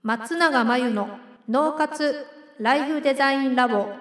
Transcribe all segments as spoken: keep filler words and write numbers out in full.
松永真由の脳活ライフデザインラボ。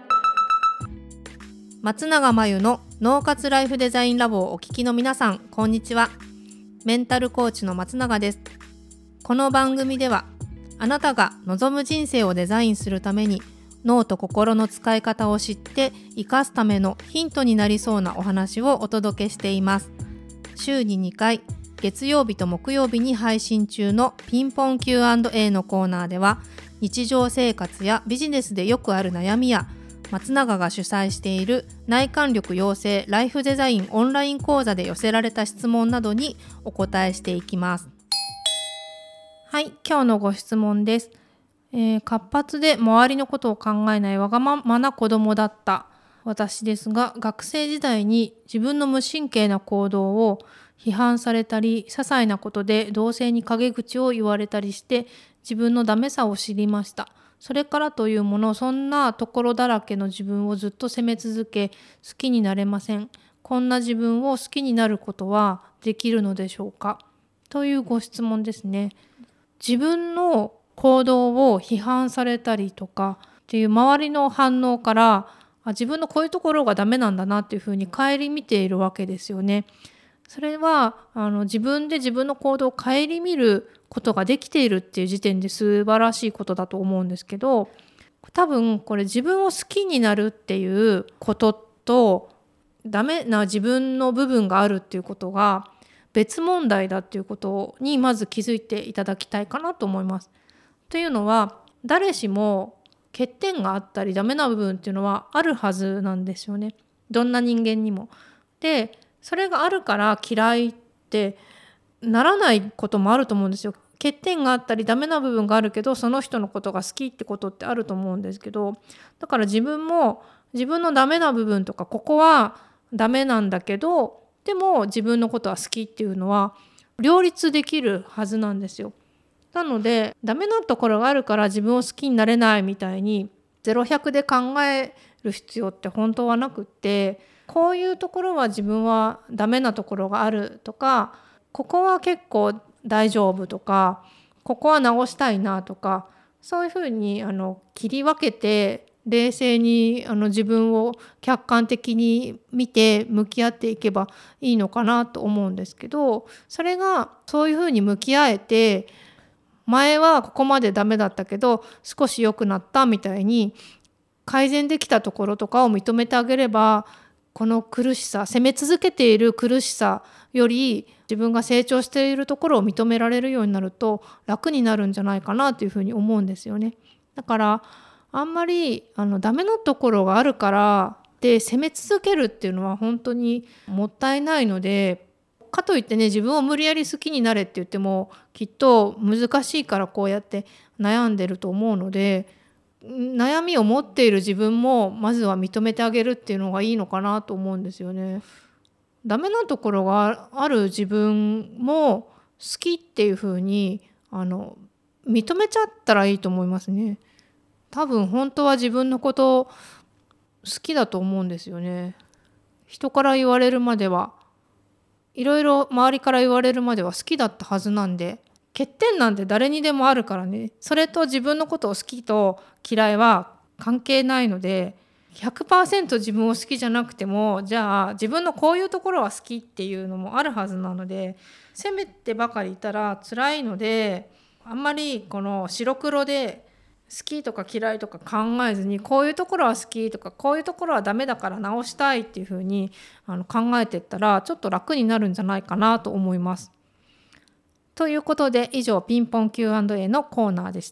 松永真由の脳活ライフデザインラボをお聞きの皆さん、こんにちは。メンタルコーチの松永です。この番組では、あなたが望む人生をデザインするために脳と心の使い方を知って生かすためのヒントになりそうなお話をお届けしています。週ににかい、月曜日と木曜日に配信中のピンポン キューアンドエー のコーナーでは、日常生活やビジネスでよくある悩みや、松永が主催している内観力養成ライフデザインオンライン講座で寄せられた質問などにお答えしていきます。はい、今日のご質問です。えー、活発で周りのことを考えないわがままな子供だった私ですが、学生時代に自分の無神経な行動を批判されたり、些細なことで同性に陰口を言われたりして自分のダメさを知りました。それからというもの、そんなところだらけの自分をずっと責め続け、好きになれません。こんな自分を好きになることはできるのでしょうか、というご質問ですね。自分の行動を批判されたりとかっていう周りの反応から、あ、自分のこういうところがダメなんだなっていうふうに顧みているわけですよね。それはあの自分で自分の行動を顧みることができているっていう時点で素晴らしいことだと思うんですけど、多分これ自分を好きになるっていうこととダメな自分の部分があるっていうことが別問題だっていうことにまず気づいていただきたいかなと思います。というのは、誰しも欠点があったりダメな部分っていうのはあるはずなんですよね。どんな人間にも。で、それがあるから嫌いってならないこともあると思うんですよ。欠点があったりダメな部分があるけど、その人のことが好きってことってあると思うんですけど、だから自分も自分のダメな部分とか、ここはダメなんだけどでも自分のことは好きっていうのは両立できるはずなんですよ。なので、ダメなところがあるから自分を好きになれないみたいにゼロひゃくで考える必要って本当はなくって、こういうところは自分はダメなところがあるとか、ここは結構大丈夫とか、ここは直したいなとか、そういうふうにあの切り分けて冷静にあの自分を客観的に見て向き合っていけばいいのかなと思うんですけど、それがそういうふうに向き合えて、前はここまでダメだったけど少し良くなったみたいに改善できたところとかを認めてあげれば、この苦しさ、責め続けている苦しさより自分が成長しているところを認められるようになると楽になるんじゃないかなというふうに思うんですよね。だからあんまりあのダメなところがあるからで責め続けるっていうのは本当にもったいないので、かといってね、自分を無理やり好きになれって言ってもきっと難しいからこうやって悩んでると思うので、悩みを持っている自分もまずは認めてあげるっていうのがいいのかなと思うんですよね。ダメなところがある自分も好きっていうふうにあの認めちゃったらいいと思いますね。多分本当は自分のこと好きだと思うんですよね。人から言われるまでは、いろいろ周りから言われるまでは好きだったはずなんで、欠点なんて誰にでもあるからね。それと自分のことを好きと嫌いは関係ないので、 ひゃくパーセント 自分を好きじゃなくても、じゃあ自分のこういうところは好きっていうのもあるはずなので、責めてばかりいたら辛いので、あんまりこの白黒で好きとか嫌いとか考えずに、こういうところは好きとかこういうところはダメだから直したいっていうふうにあの考えていったらちょっと楽になるんじゃないかなと思います。ということで、以上ピンポン キューアンドエー のコーナーでした。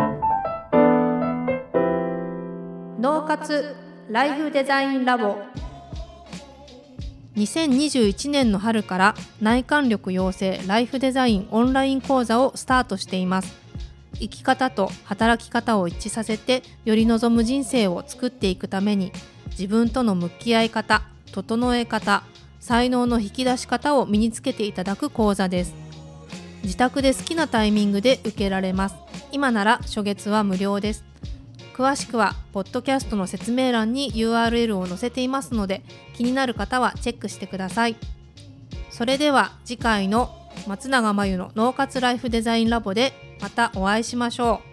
脳活ライフデザインラボ。にせんにじゅういちねんの春から内観力養成ライフデザインオンライン講座をスタートしています。生き方と働き方を一致させてより望む人生を作っていくために、自分との向き合い方、整え方、才能の引き出し方を身につけていただく講座です。自宅で好きなタイミングで受けられます。今なら初月は無料です。詳しくはポッドキャストの説明欄に ユーアールエル を載せていますので、気になる方はチェックしてください。それでは次回の松永真由の脳活ライフデザインラボでまたお会いしましょう。